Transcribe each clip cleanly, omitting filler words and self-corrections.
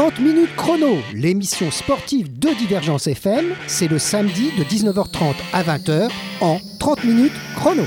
30 minutes chrono, l'émission sportive de Divergence FM, c'est le samedi de 19h30 à 20h en 30 minutes chrono.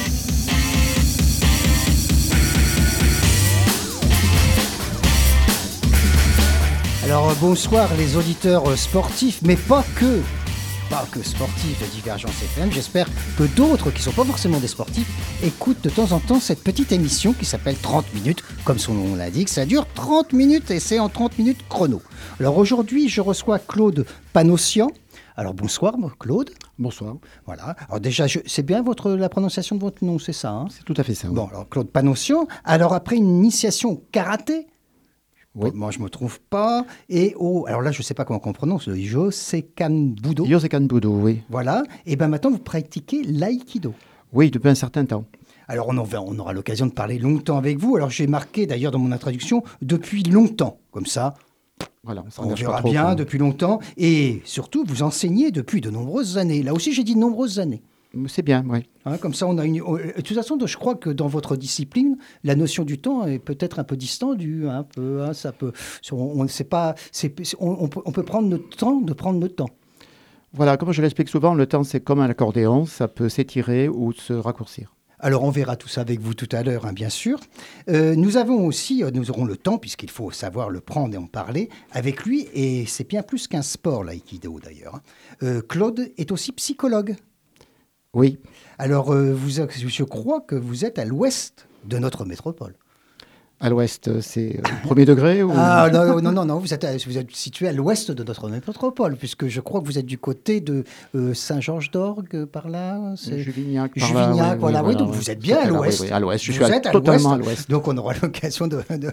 Alors bonsoir les auditeurs sportifs, mais pas que sportifs de Divergence FM. J'espère que d'autres qui ne sont pas forcément des sportifs écoutent de temps en temps cette petite émission qui s'appelle 30 minutes. Comme son nom l'indique, ça dure 30 minutes et c'est en 30 minutes chrono. Alors aujourd'hui, je reçois Claude Panossian. Alors bonsoir Claude. Bonsoir. Voilà. Alors déjà, c'est bien la prononciation de votre nom, c'est ça hein? C'est tout à fait ça. Oui. Bon, alors Claude Panossian. Alors après une initiation au karaté. Oui. Moi, je ne me trouve pas. Et alors là, je ne sais pas comment on prononce, le Yosekan Budo. Yosekan Budo, oui. Voilà. Et bien maintenant, vous pratiquez l'aïkido. Oui, depuis un certain temps. Alors, on aura l'occasion de parler longtemps avec vous. Alors, j'ai marqué d'ailleurs dans mon introduction, depuis longtemps. Comme ça, voilà, on verra bien, depuis longtemps. Et surtout, vous enseignez depuis de nombreuses années. Là aussi, j'ai dit de nombreuses années. C'est bien, oui. Hein, comme ça, on a une. De toute façon, je crois que dans votre discipline, la notion du temps est peut-être un peu distendue, un peu. Hein, ça peut. On peut prendre le temps de prendre le temps. Voilà, comme je l'explique souvent, le temps c'est comme un accordéon, ça peut s'étirer ou se raccourcir. Alors, on verra tout ça avec vous tout à l'heure, hein, bien sûr. Nous aurons le temps, puisqu'il faut savoir le prendre et en parler, avec lui. Et c'est bien plus qu'un sport, l'aïkido, d'ailleurs. Claude est aussi psychologue. Oui. Alors, je crois que vous êtes à l'ouest de notre métropole. À l'ouest, c'est premier degré ou... Ah non, vous êtes situé à l'ouest de notre métropole, puisque je crois que vous êtes du côté de Saint-Georges d'Orgue, par là. Juvignac, voilà. Oui, donc vous êtes bien à l'ouest. Oui, à l'ouest, je suis totalement à l'ouest. Donc on aura l'occasion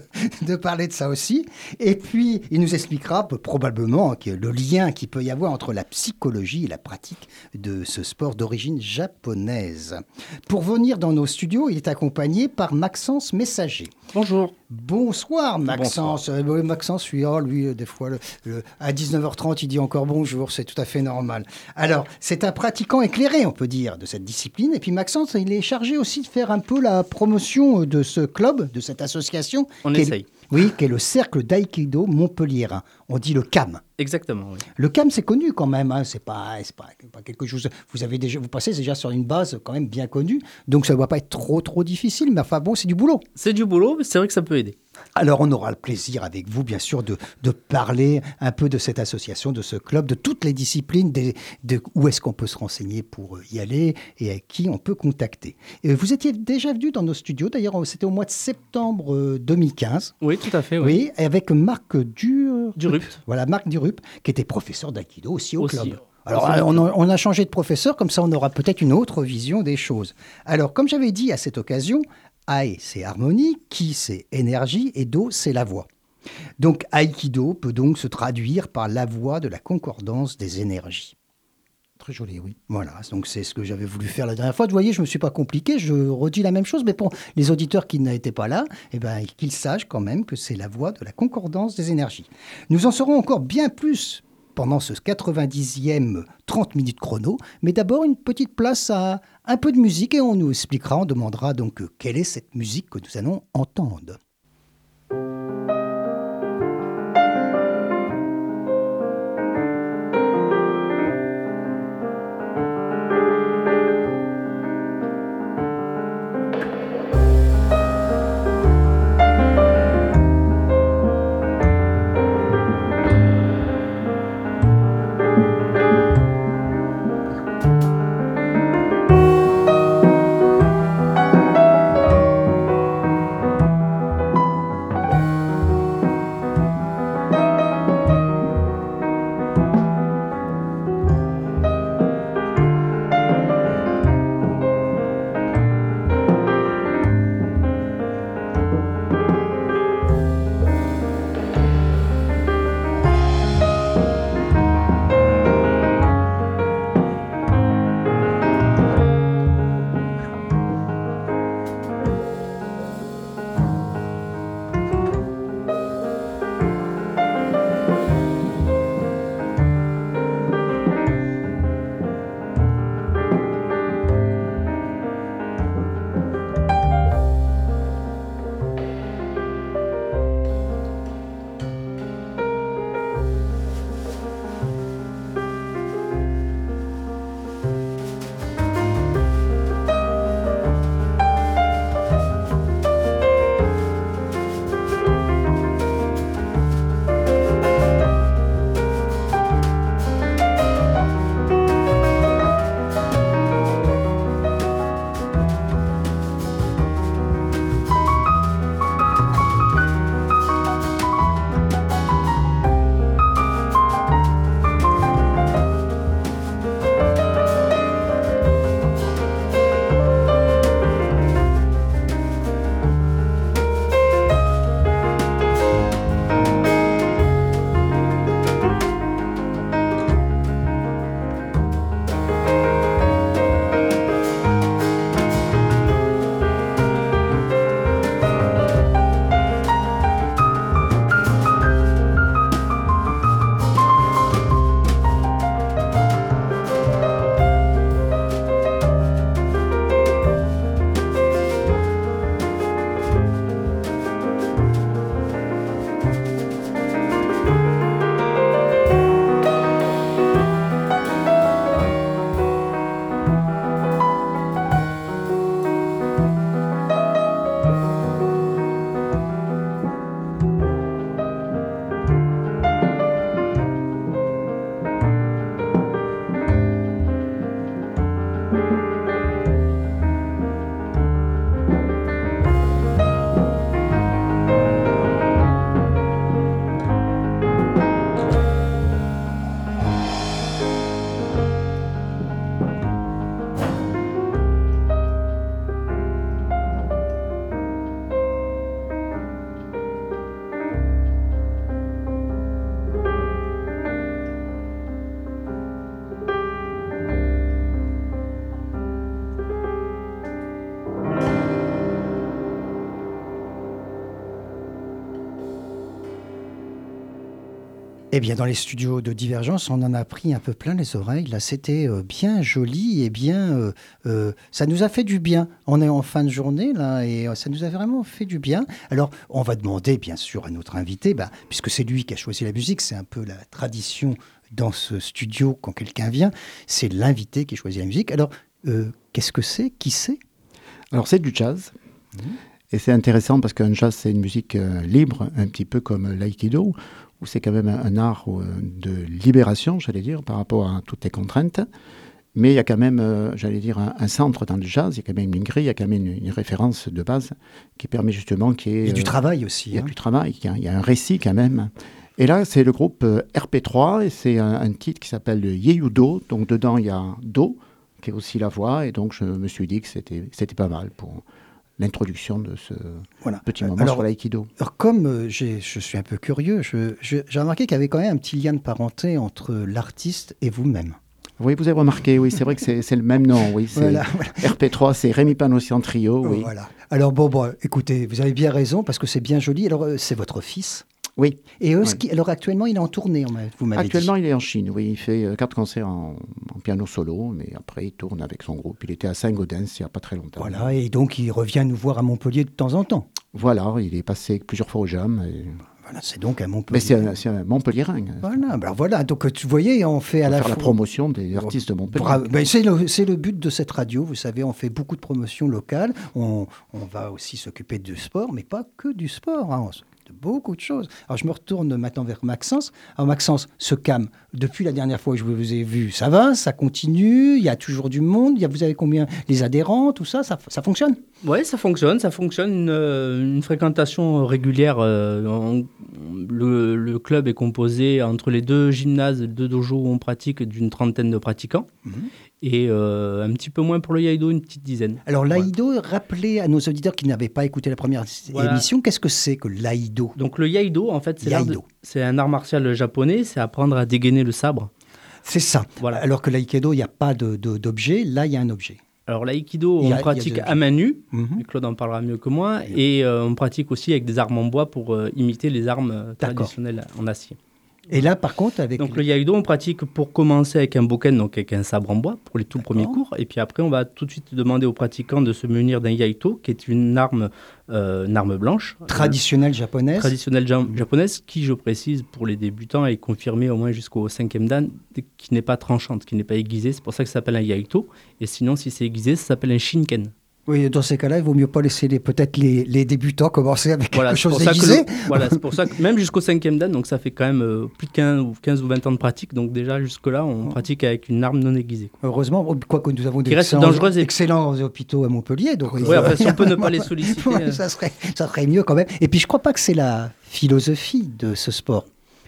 de parler de ça aussi. Et puis, il nous expliquera probablement le lien qu'il peut y avoir entre la psychologie et la pratique de ce sport d'origine japonaise. Pour venir dans nos studios, il est accompagné par Maxence Messager. Bonjour. Bonsoir Maxence. Maxence, lui, des fois, à 19h30, il dit encore bonjour, c'est tout à fait normal. Alors, c'est un pratiquant éclairé, on peut dire, de cette discipline. Et puis Maxence, il est chargé aussi de faire un peu la promotion de ce club, de cette association. On essaye. Qui est le Cercle d'Aïkido Montpelliérain. On dit le CAM. Exactement, oui. Le CAM, c'est connu quand même. Hein. C'est pas quelque chose... Vous passez déjà sur une base quand même bien connue. Donc, ça ne doit pas être trop difficile. Mais enfin bon, c'est du boulot. C'est du boulot, mais c'est vrai que ça peut aider. Alors, on aura le plaisir avec vous, bien sûr, de parler un peu de cette association, de ce club, de toutes les disciplines, où est-ce qu'on peut se renseigner pour y aller et à qui on peut contacter. Vous étiez déjà venu dans nos studios, d'ailleurs, c'était au mois de septembre 2015. Oui, tout à fait. Oui, avec Marc Durupt. Voilà, Marc Durupt, qui était professeur d'aïkido aussi au club. Alors, on a changé de professeur, comme ça on aura peut-être une autre vision des choses. Alors, comme j'avais dit à cette occasion, Ai, c'est harmonie, Ki, c'est énergie, et Do, c'est la voix. Donc, Aïkido peut donc se traduire par la voix de la concordance des énergies. Très joli, oui. Voilà, donc c'est ce que j'avais voulu faire la dernière fois. Vous voyez, je ne me suis pas compliqué, je redis la même chose, mais pour les auditeurs qui n'étaient pas là, qu'ils sachent quand même que c'est la voix de la concordance des énergies. Nous en saurons encore bien plus pendant ce 90e 30 minutes chrono, mais d'abord une petite place à un peu de musique et on nous expliquera, on demandera donc quelle est cette musique que nous allons entendre. Eh bien, dans les studios de Divergence, on en a pris un peu plein les oreilles. Là, c'était bien joli et bien... ça nous a fait du bien. On est en fin de journée, là, et ça nous a vraiment fait du bien. Alors, on va demander, bien sûr, à notre invité, puisque c'est lui qui a choisi la musique, c'est un peu la tradition dans ce studio quand quelqu'un vient, c'est l'invité qui choisit la musique. Alors, qu'est-ce que c'est? Qui c'est? Alors, c'est du jazz. Et c'est intéressant parce qu'un jazz, c'est une musique libre, un petit peu comme l'aïkido, où c'est quand même un art de libération, j'allais dire, par rapport à toutes les contraintes. Mais il y a quand même, j'allais dire, un centre dans le jazz, il y a quand même une grille, il y a quand même une référence de base qui permet justement qu'il y ait... Il y a du travail aussi. Il y a du travail, il y a un récit quand même. Et là, c'est le groupe RP3, et c'est un titre qui s'appelle Yeyudo. Donc dedans, il y a Do, qui est aussi la voix, et donc je me suis dit que c'était pas mal pour l'introduction de ce petit moment sur l'aïkido. Alors comme je suis un peu curieux, j'ai remarqué qu'il y avait quand même un petit lien de parenté entre l'artiste et vous-même. Oui, vous avez remarqué, oui, c'est vrai que c'est le même nom, oui. Voilà. RP3, c'est Rémi Panossi en trio, oui. Voilà. Alors bon, écoutez, vous avez bien raison, parce que c'est bien joli. Alors, c'est votre fils? Oui. Et alors actuellement, il est en tournée, vous m'avez dit. Actuellement, il est en Chine, oui. Il fait 4 concerts en piano solo, mais après, il tourne avec son groupe. Il était à Saint-Gaudens il n'y a pas très longtemps. Voilà, et donc il revient nous voir à Montpellier de temps en temps. Voilà, il est passé plusieurs fois au Jam. Voilà, c'est donc à Montpellier. Mais c'est un Montpellierin. Voilà, donc tu voyez, on fait à la fois... la promotion des artistes de Montpellier. Ben, c'est le but de cette radio, vous savez, on fait beaucoup de promotions locales. On va aussi s'occuper du sport, mais pas que du sport, hein. De beaucoup de choses. Alors je me retourne maintenant vers Maxence. Alors Maxence, ce CAM, depuis la dernière fois que je vous ai vu, ça va, ça continue, il y a toujours du monde, vous avez combien, les adhérents, tout ça, ça fonctionne? Oui, ça fonctionne, une fréquentation régulière. Le club est composé entre les 2 gymnases, les 2 dojos où on pratique, d'une 30aine de pratiquants. Et un petit peu moins pour le Yaido, une petite dizaine. Alors l'Aïdo, rappelez à nos auditeurs qui n'avaient pas écouté la première émission, qu'est-ce que c'est que l'Aïdo? Donc le Yaido, en fait, c'est un art martial japonais, c'est apprendre à dégainer le sabre. C'est ça. Voilà. Alors que l'aïkido, il n'y a pas d'objet, là il y a un objet. Alors l'aïkido, on pratique à main nue, Claude en parlera mieux que moi, et on pratique aussi avec des armes en bois pour imiter les armes traditionnelles en acier. Et là, par contre, Donc le Yaido, on pratique pour commencer avec un bokken, donc avec un sabre en bois, pour les tout premiers cours. Et puis après, on va tout de suite demander aux pratiquants de se munir d'un Yaito, qui est une arme blanche. Traditionnelle japonaise. Traditionnelle japonaise, qui, je précise, pour les débutants, est confirmée au moins jusqu'au 5e dan, qui n'est pas tranchante, qui n'est pas aiguisée. C'est pour ça que ça s'appelle un Yaito. Et sinon, si c'est aiguisé, ça s'appelle un Shinken. Oui, dans ces cas-là, il vaut mieux pas laisser peut-être les débutants commencer avec quelque chose d'aiguisé. C'est pour ça que même jusqu'au 5e dan, donc ça fait quand même plus de 15 ou 20 ans de pratique. Donc déjà, jusque-là, on pratique avec une arme non aiguisée. Heureusement, quoique nous avons des excellents hôpitaux à Montpellier. Donc oui, enfin, si on peut ne pas les solliciter. Ça serait mieux quand même. Et puis, je crois pas que c'est la philosophie de ce sport.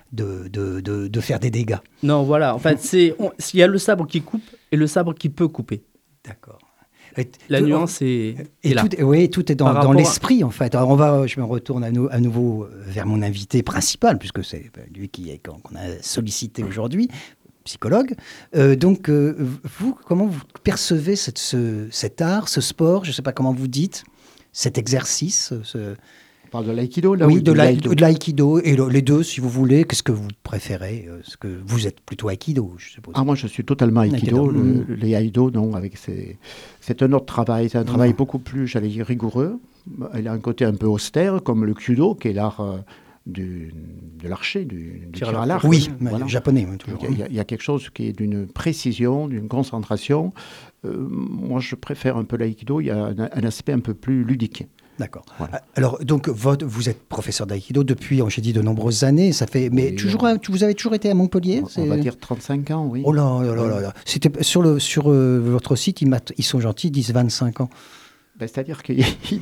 De faire des dégâts. Non, voilà. En fait, il y a le sabre qui coupe et le sabre qui peut couper. D'accord. La nuance est là. Tout est dans l'esprit, en fait. Alors je me retourne à nouveau vers mon invité principal, puisque c'est lui qu'on a sollicité aujourd'hui, psychologue. Donc, vous, comment vous percevez cet art, ce sport, je ne sais pas comment vous dites, cet exercice On parle de l'aïkido, là? Oui, de l'aïkido, et les deux, si vous voulez. Qu'est-ce que vous préférez? Est-ce que vous êtes plutôt aïkido, je suppose? Moi, je suis totalement aïkido. Les aïdo, non, c'est un autre travail. C'est un travail beaucoup plus, j'allais dire, rigoureux. Il a un côté un peu austère, comme le kyudo, qui est l'art de l'archer, du tir à l'arc. Oui, voilà. Japonais, toujours. Il y a quelque chose qui est d'une précision, d'une concentration. Moi, je préfère un peu l'aïkido. Il y a un aspect un peu plus ludique. D'accord. Voilà. Alors, donc, vous êtes professeur d'aïkido depuis, j'ai dit, de nombreuses années. Vous avez toujours été à Montpellier? On va dire 35 ans, oui. Oh là là. C'était sur votre site, ils sont gentils, ils disent 25 ans. C'est-à-dire qu'il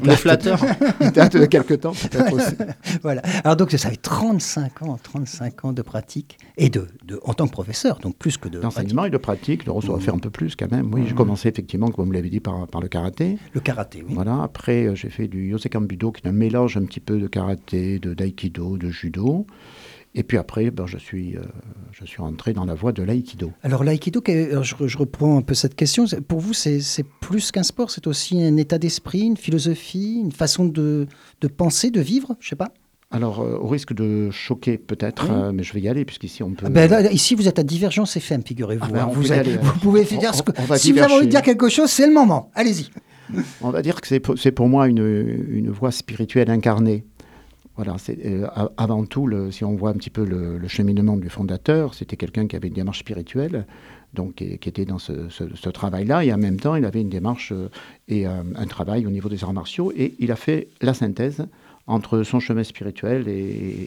date de quelques temps, peut-être aussi. Voilà. Alors donc, ça fait 35 ans de pratique, et en tant que professeur, donc plus que de d'enseignement et de pratique. On va faire un peu plus quand même. Oui, j'ai commencé effectivement, comme vous l'avez dit, par le karaté. Le karaté, oui. Voilà. Après, j'ai fait du Yosekan Budo, qui est un mélange un petit peu de karaté, d'aïkido, de judo. Et puis après, je suis rentré dans la voie de l'aïkido. Alors l'aïkido, je reprends un peu cette question. Pour vous, c'est plus qu'un sport, c'est aussi un état d'esprit, une philosophie, une façon de penser, de vivre, je sais pas. Alors, au risque de choquer peut-être, mais je vais y aller, puisqu'ici on peut... Ici, vous êtes à Divergence FM, figurez-vous. Vous pouvez dire ce que... Si vous avez envie de dire quelque chose, c'est le moment. Allez-y. On va dire que c'est pour moi une voie spirituelle incarnée. Voilà, avant tout, si on voit un petit peu le cheminement du fondateur, c'était quelqu'un qui avait une démarche spirituelle, donc qui était dans ce travail-là, et en même temps, il avait une démarche et un travail au niveau des arts martiaux, et il a fait la synthèse entre son chemin spirituel et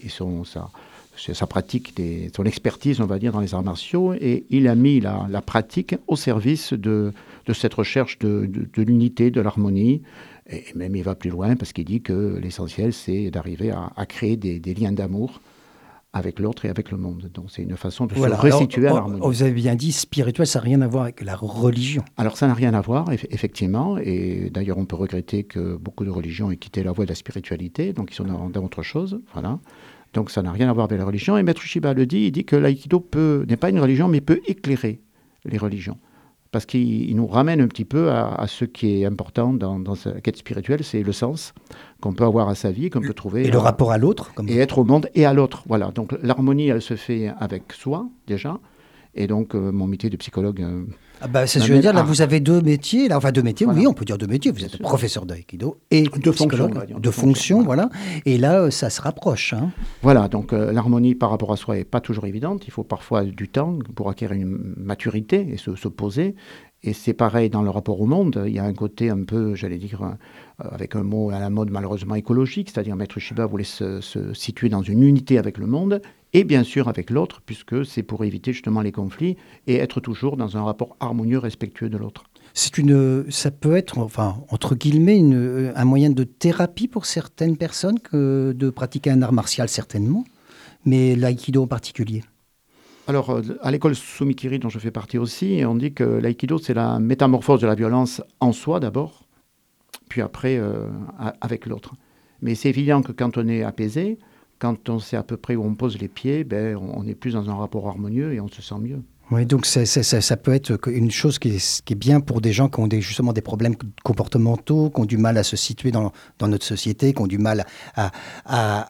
sa pratique, son expertise, on va dire, dans les arts martiaux, et il a mis la pratique au service de cette recherche de l'unité, de l'harmonie. Et même il va plus loin parce qu'il dit que l'essentiel, c'est d'arriver à créer des liens d'amour avec l'autre et avec le monde. Donc c'est une façon de se restituer à l'harmonie. Vous avez bien dit, spirituel, ça n'a rien à voir avec la religion. Alors ça n'a rien à voir, effectivement. Et d'ailleurs, on peut regretter que beaucoup de religions aient quitté la voie de la spiritualité, donc ils sont dans autre chose. Voilà. Donc ça n'a rien à voir avec la religion. Et Maître Shiba le dit, il dit que l'aïkido n'est pas une religion, mais peut éclairer les religions. Parce qu'il nous ramène un petit peu à ce qui est important dans sa quête spirituelle, c'est le sens qu'on peut avoir à sa vie, qu'on peut trouver... Et le rapport à l'autre. Et être au monde et à l'autre, voilà. Donc l'harmonie, elle se fait avec soi, déjà. Et donc, mon métier de psychologue... c'est ce que je veux dire, là, vous avez deux métiers. Là, enfin, deux métiers, voilà. Oui, on peut dire deux métiers. Vous êtes professeur d'aïkido et psychologue. De fonction, voilà. Et là, ça se rapproche. Hein. Voilà, donc l'harmonie par rapport à soi n'est pas toujours évidente. Il faut parfois du temps pour acquérir une maturité et se poser. Et c'est pareil dans le rapport au monde. Il y a un côté un peu, j'allais dire, avec un mot à la mode malheureusement écologique, c'est-à-dire Maître Shiba voulait se situer dans une unité avec le monde et bien sûr avec l'autre, puisque c'est pour éviter justement les conflits et être toujours dans un rapport harmonieux, respectueux de l'autre. Ça peut être, enfin, entre guillemets, un moyen de thérapie pour certaines personnes que de pratiquer un art martial, certainement, mais l'aïkido en particulier. Alors, à l'école Sumikiri, dont je fais partie aussi, on dit que l'aïkido, c'est la métamorphose de la violence en soi d'abord, puis après avec l'autre. Mais c'est évident que quand on est apaisé, quand on sait à peu près où on pose les pieds, on est plus dans un rapport harmonieux et on se sent mieux. Oui, donc ça peut être une chose qui est bien pour des gens qui ont justement des problèmes comportementaux, qui ont du mal à se situer dans notre société, qui ont du mal à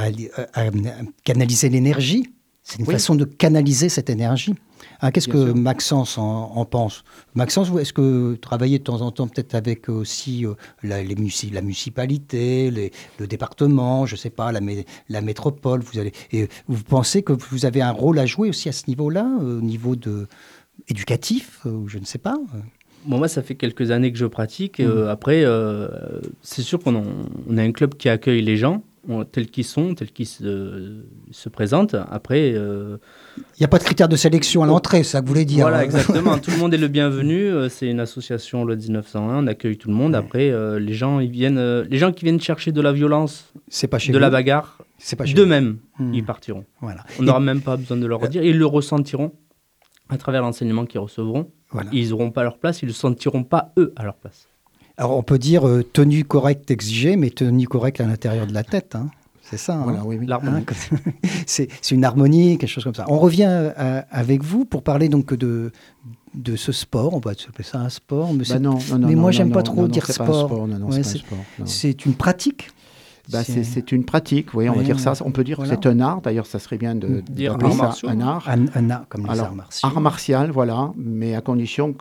canaliser l'énergie. C'est une façon de canaliser cette énergie. Qu'est-ce que Maxence en pense ? Maxence, est-ce que vous travaillez de temps en temps peut-être avec aussi la municipalité, le département, je ne sais pas, la métropole, vous pensez que vous avez un rôle à jouer aussi à ce niveau-là, au niveau éducatif, je ne sais pas Bon, moi, ça fait quelques années que je pratique. Après, c'est sûr qu'on a un club qui accueille les gens tels qu'ils sont, tels qu'ils se présentent. Après... Il n'y a pas de critères de sélection à l'entrée, c'est ça que vous voulez dire. Voilà, exactement. Tout le monde est le bienvenu. C'est une association, le 1901, on accueille tout le monde. Après, les gens qui viennent chercher de la violence, de la bagarre, d'eux-mêmes, ils partiront. Voilà. On n'aura même pas besoin de leur dire. Ils le ressentiront à travers l'enseignement qu'ils recevront. Voilà. Ils n'auront pas leur place, ils ne le sentiront pas, eux, à leur place. Alors, on peut dire tenue correcte exigée, mais tenue correcte à l'intérieur de la tête. Hein. C'est ça. Voilà, oui. L'harmonie. C'est une harmonie, quelque chose comme ça. On revient avec vous pour parler donc de ce sport. On peut appeler ça un sport. Mais moi, j'aime pas trop dire sport. C'est une pratique. C'est une pratique, on va dire ça. On peut dire que c'est un art. D'ailleurs, ça serait bien d'appeler ça un art. Un art, comme les arts martiaux. Art martial, voilà, mais à condition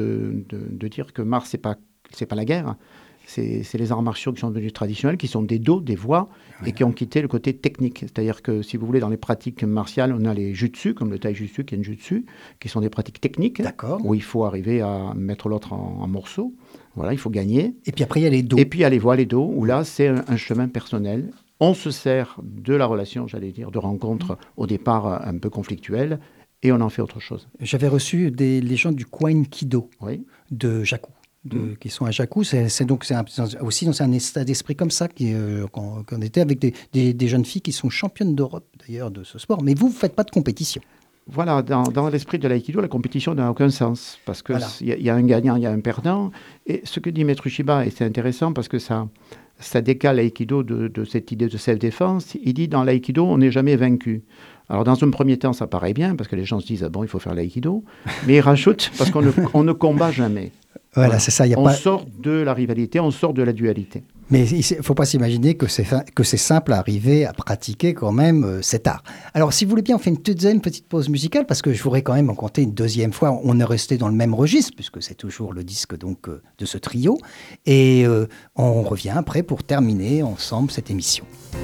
de dire que Mars, c'est pas la guerre. C'est les arts martiaux qui sont devenus traditionnels, qui sont des dos, des voies, et qui ont quitté le côté technique. C'est-à-dire que, si vous voulez, dans les pratiques martiales, on a les jutsu, comme le taijutsu, kenjutsu, qui sont des pratiques techniques, où il faut arriver à mettre l'autre en morceaux. Voilà, il faut gagner. Et puis après, il y a les dos. Et puis, il y a les voies, les dos, où là, c'est un chemin personnel. On se sert de la relation, j'allais dire, de rencontre au départ un peu conflictuelle, et on en fait autre chose. J'avais reçu les gens du Kwan Kido de Jaku. Qui sont à Jaku, c'est aussi dans un état d'esprit comme ça qu'on était avec des jeunes filles qui sont championnes d'Europe d'ailleurs de ce sport. Mais vous ne faites pas de compétition. Voilà, dans l'esprit de l'aïkido, la compétition n'a aucun sens parce que y a un gagnant, il y a un perdant. Et ce que dit Maître Shiba, et c'est intéressant parce que ça décale l'aïkido de cette idée de self-défense. Il dit dans l'aïkido, on n'est jamais vaincu. Alors dans un premier temps, ça paraît bien parce que les gens se disent il faut faire l'aïkido, mais il rajoute parce qu'on ne combat jamais. Voilà, c'est ça. On sort de la rivalité, on sort de la dualité. Mais il ne faut pas s'imaginer que c'est simple à arriver à pratiquer quand même cet art. Alors, si vous voulez bien, on fait une deuxième petite pause musicale, parce que je voudrais quand même en compter une deuxième fois. On est resté dans le même registre, puisque c'est toujours le disque donc, de ce trio. Et on revient après pour terminer ensemble cette émission.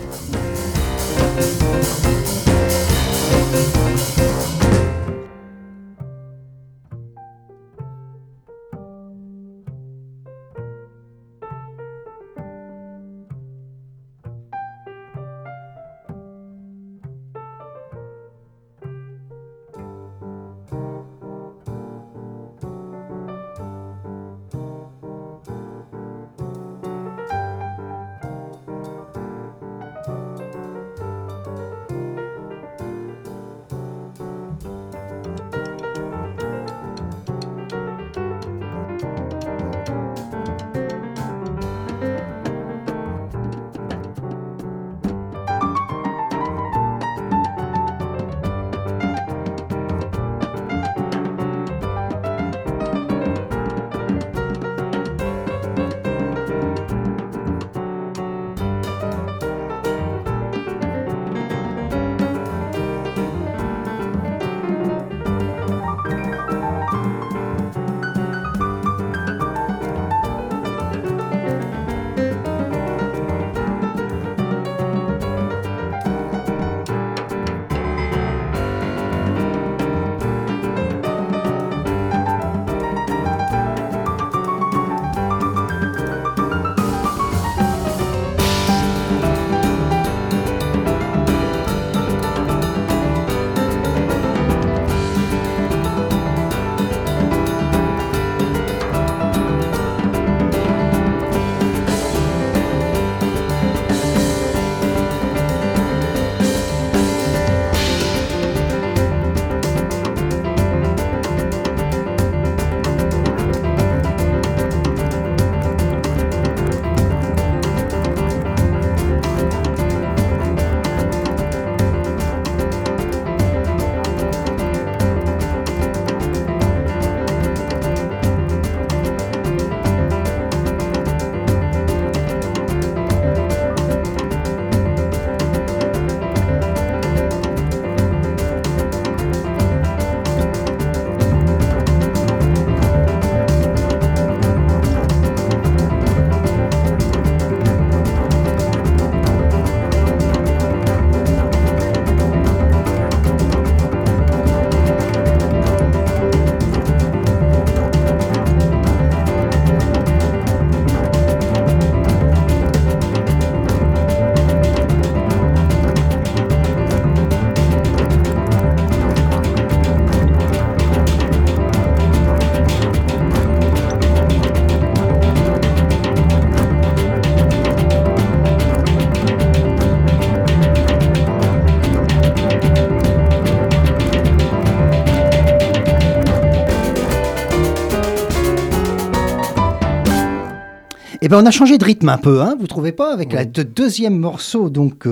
Eh ben, on a changé de rythme un peu, hein, vous trouvez pas, avec le deuxième morceau donc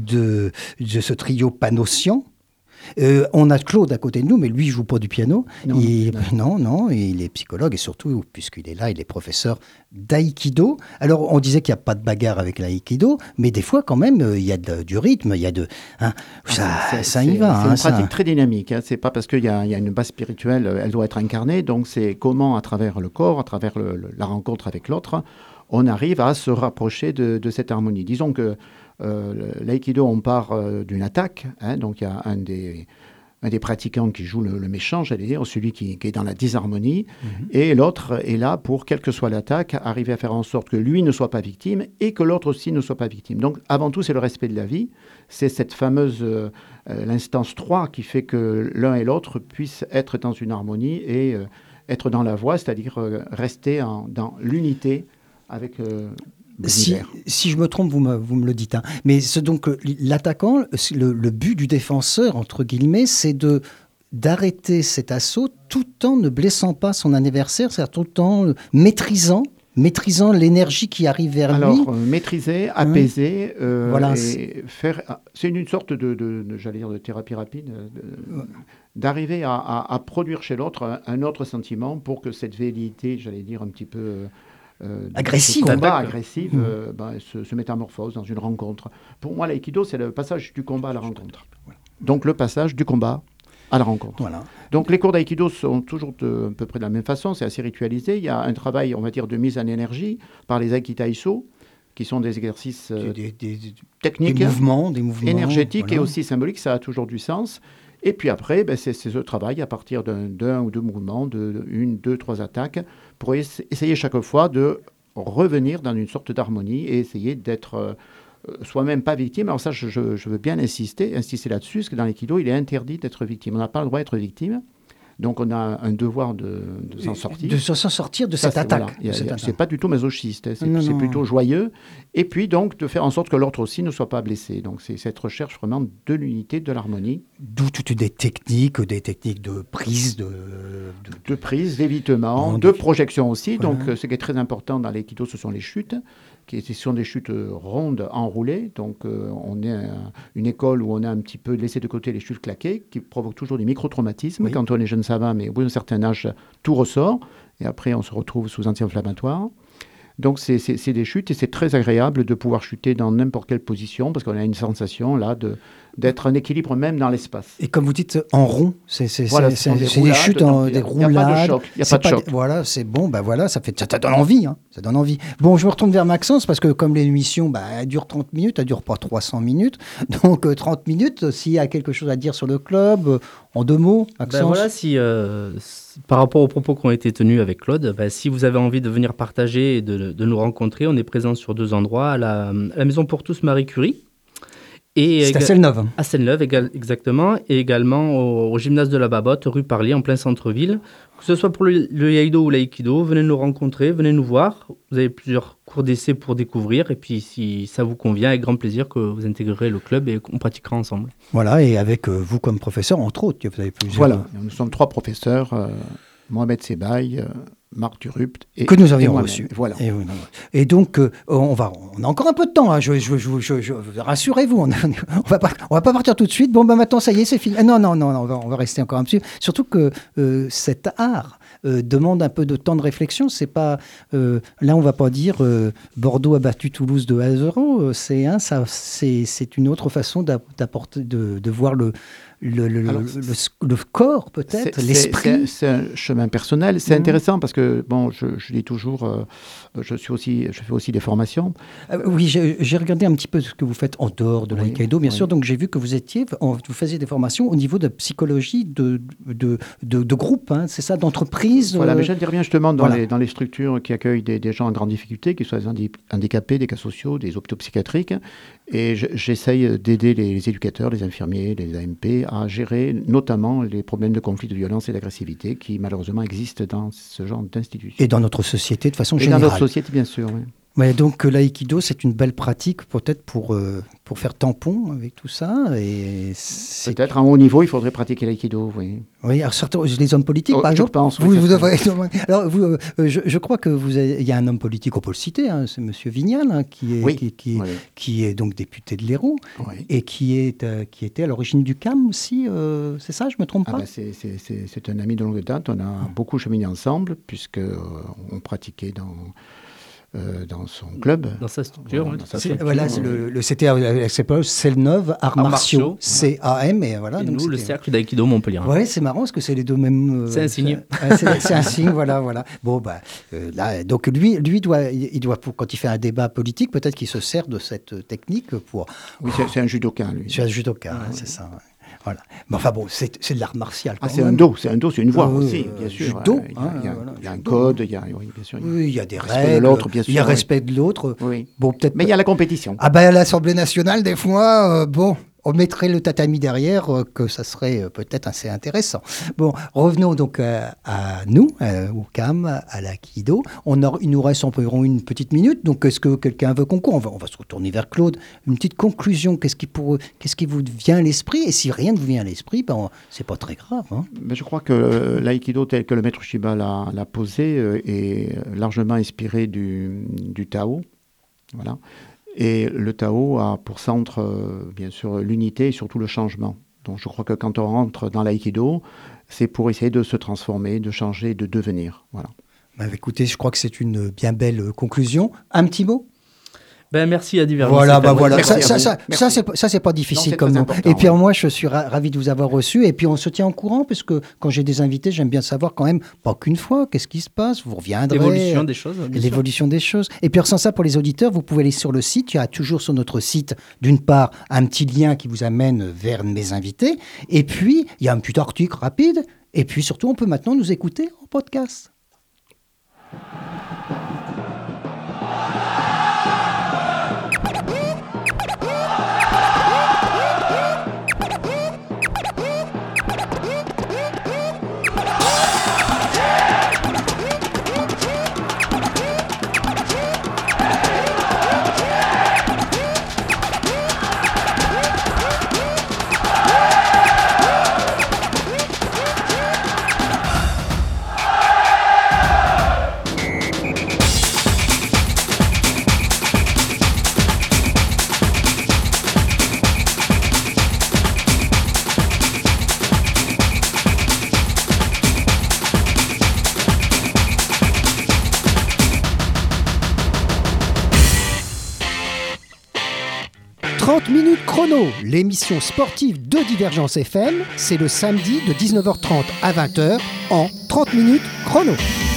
de ce trio Panossian. On a Claude à côté de nous, mais lui, il joue pas du piano. Non, il est psychologue et surtout, puisqu'il est là, il est professeur d'aïkido. Alors, on disait qu'il n'y a pas de bagarre avec l'aïkido, mais des fois, quand même, il y a du rythme, il y a de... Hein, ça y va. C'est une pratique très dynamique. Hein. C'est pas parce qu'il y a une base spirituelle, elle doit être incarnée. Donc, c'est comment, à travers le corps, à travers la rencontre avec l'autre, on arrive à se rapprocher de cette harmonie. Disons que l'aïkido, on part d'une attaque, hein, donc il y a un des pratiquants qui joue le méchant, j'allais dire, celui qui est dans la disharmonie, et l'autre est là pour, quelle que soit l'attaque, arriver à faire en sorte que lui ne soit pas victime et que l'autre aussi ne soit pas victime. Donc avant tout, c'est le respect de la vie, c'est cette fameuse l'instance 3 qui fait que l'un et l'autre puissent être dans une harmonie et être dans la voie, c'est-à-dire rester dans l'unité avec... Si je me trompe, vous me le dites. Hein. Mais donc l'attaquant, le but du défenseur, entre guillemets, c'est d'arrêter cet assaut tout en ne blessant pas son adversaire, c'est-à-dire tout en maîtrisant l'énergie qui arrive vers lui. Alors, maîtriser, apaiser, voilà, et faire... C'est une sorte j'allais dire, de thérapie rapide, d'arriver à produire chez l'autre un autre sentiment pour que cette velléité, j'allais dire, un petit peu agressive, se métamorphose dans une rencontre. Pour moi, l'aïkido, c'est le passage du combat à la rencontre. Donc le passage du combat à la rencontre. Voilà. Donc les cours d'aïkido sont toujours à peu près de la même façon, c'est assez ritualisé. Il y a un travail, on va dire, de mise en énergie par les Aikitaiso, qui sont des exercices techniques, des mouvements énergétiques et aussi symboliques, ça a toujours du sens. Et puis après, c'est ce travail à partir d'un ou deux mouvements, de 1, 2, 3 attaques, pour essayer chaque fois de revenir dans une sorte d'harmonie et essayer d'être soi-même pas victime. Alors ça, je veux bien insister là-dessus, parce que dans l'aïkido, il est interdit d'être victime. On n'a pas le droit d'être victime. Donc on a un devoir de s'en sortir. De s'en sortir de cette attaque. Voilà. C'est pas du tout masochiste, hein. C'est plutôt joyeux. Et puis donc de faire en sorte que l'autre aussi ne soit pas blessé. Donc c'est cette recherche vraiment de l'unité, de l'harmonie. D'où toutes des techniques de prise, de prise, d'évitement, de projection aussi. Voilà. Donc ce qui est très important dans l'aïkido, ce sont les chutes. Ce sont des chutes rondes, enroulées. Donc, on est une école où on a un petit peu laissé de côté les chutes claquées, qui provoquent toujours des micro-traumatismes. Oui. Quand on est jeune, ça va, mais au bout d'un certain âge, tout ressort. Et après, on se retrouve sous anti-inflammatoire. Donc, c'est des chutes et c'est très agréable de pouvoir chuter dans n'importe quelle position, parce qu'on a une sensation, là, d'être en équilibre même dans l'espace. Et comme vous dites, en rond, c'est des chutes, des roulades. Il n'y a pas de choc. Il n'y a pas de choc. Voilà, c'est bon, ça donne envie. Hein, ça donne envie. Bon, je me retourne vers Maxence, parce que comme l'émission, elle dure 30 minutes, elle ne dure pas 300 minutes. Donc, 30 minutes, s'il y a quelque chose à dire sur le club, en 2 mots, Maxence. Voilà, par rapport aux propos qui ont été tenus avec Claude, si vous avez envie de venir partager et de nous rencontrer, on est présent sur 2 endroits, à la Maison pour tous Marie Curie. C'est à Celle-Neuve. À Celle-Neuve, exactement. Et également au gymnase de la Babotte, rue Parly, en plein centre-ville. Que ce soit pour le Iaido ou l'aïkido, venez nous rencontrer, venez nous voir. Vous avez plusieurs cours d'essai pour découvrir. Et puis, si ça vous convient, avec grand plaisir que vous intégrerez le club et qu'on pratiquera ensemble. Voilà, et avec vous comme professeur, entre autres. Vous avez plusieurs... Voilà, nous sommes 3 professeurs. Mohamed Sebaï, Marc Durupt et que nous avions reçu. Voilà. Et donc on a encore un peu de temps. Hein. Rassurez-vous, on va pas partir tout de suite. Bon, maintenant ça y est, c'est fini. Non, on va rester encore un petit peu. Surtout que cet art demande un peu de temps de réflexion. C'est pas là, on va pas dire Bordeaux a battu Toulouse 2-0. C'est une autre façon d'apporter, de voir le corps, peut-être, l'esprit. C'est un chemin personnel. C'est intéressant parce que, je dis toujours, je fais aussi des formations. Oui, j'ai regardé un petit peu ce que vous faites en dehors de l'aïkido, bien sûr. Donc, j'ai vu que vous faisiez des formations au niveau de psychologie de groupe, hein, c'est ça, d'entreprise. Voilà, mais j'interviens justement dans les structures qui accueillent des gens en grande difficulté, qu'ils soient des handicapés, des cas sociaux, des hôpitaux psychiatriques. Et j'essaye d'aider les éducateurs, les infirmiers, les AMP à gérer notamment les problèmes de conflit, de violence et d'agressivité qui malheureusement existent dans ce genre d'institutions. Et dans notre société de façon générale. Et dans notre société, bien sûr, oui. Ouais, donc l'aïkido, c'est une belle pratique peut-être pour faire tampon avec tout ça. Et peut-être à un haut niveau, il faudrait pratiquer l'aïkido, oui. Oui, alors certains, les hommes politiques, par exemple. Je pense. Vous devrez. Alors, je crois que il y a un homme politique, on peut le citer, hein, c'est Monsieur Vignal, hein, qui est donc député de l'Hérault et qui était à l'origine du CAM aussi. C'est ça, je me trompe pas. C'est un ami de longue date. On a beaucoup cheminé ensemble puisque on pratiquait dans son club. Dans sa structure. C'était Celle-Neuve, Arts Martiaux, CAM. Et voilà, et donc nous, le cercle d'aïkido Montpellier. Oui, c'est marrant parce que c'est les deux mêmes... c'est un signe. C'est un signe, voilà. Bon, là, donc lui il doit quand il fait un débat politique, peut-être qu'il se sert de cette technique pour... Oui, c'est un judoka, lui. C'est un judoka, c'est ça. Voilà. Mais enfin bon, c'est de l'art martial. C'est un dos, c'est une voix aussi, bien sûr. Judo, il y a un code, il y a des règles, il y a respect de l'autre. Oui. Bon, peut-être. Mais il y a la compétition. À l'Assemblée nationale, des fois, on mettrait le tatami derrière, que ça serait peut-être assez intéressant. Bon, revenons donc à nous, au CAM, à l'aïkido. Il nous reste environ une petite minute, donc est-ce que quelqu'un veut qu'on court ? On va se retourner vers Claude. Une petite conclusion, qu'est-ce qui vous vient à l'esprit ? Et si rien ne vous vient à l'esprit, c'est pas très grave. Hein. Mais je crois que l'aïkido tel que le maître Shiba l'a posé est largement inspiré du Tao. Voilà. Et le Tao a pour centre, bien sûr, l'unité et surtout le changement. Donc je crois que quand on rentre dans l'aïkido, c'est pour essayer de se transformer, de changer, de devenir. Voilà. Écoutez, je crois que c'est une bien belle conclusion. Un petit mot ? Merci à Divergence. Voilà. Ça c'est pas difficile comme nom. Et puis moi, je suis ravi de vous avoir reçu. Et puis on se tient en courant, parce que quand j'ai des invités, j'aime bien savoir quand même, pas qu'une fois, qu'est-ce qui se passe. Vous reviendrez. L'évolution des choses. L'évolution des choses. Et puis sans ça, pour les auditeurs, vous pouvez aller sur le site. Il y a toujours sur notre site, d'une part, un petit lien qui vous amène vers mes invités. Et puis, il y a un petit article rapide. Et puis surtout, on peut maintenant nous écouter en podcast. Minutes chrono, l'émission sportive de Divergence FM, c'est le samedi de 19h30 à 20h en 30 minutes chrono.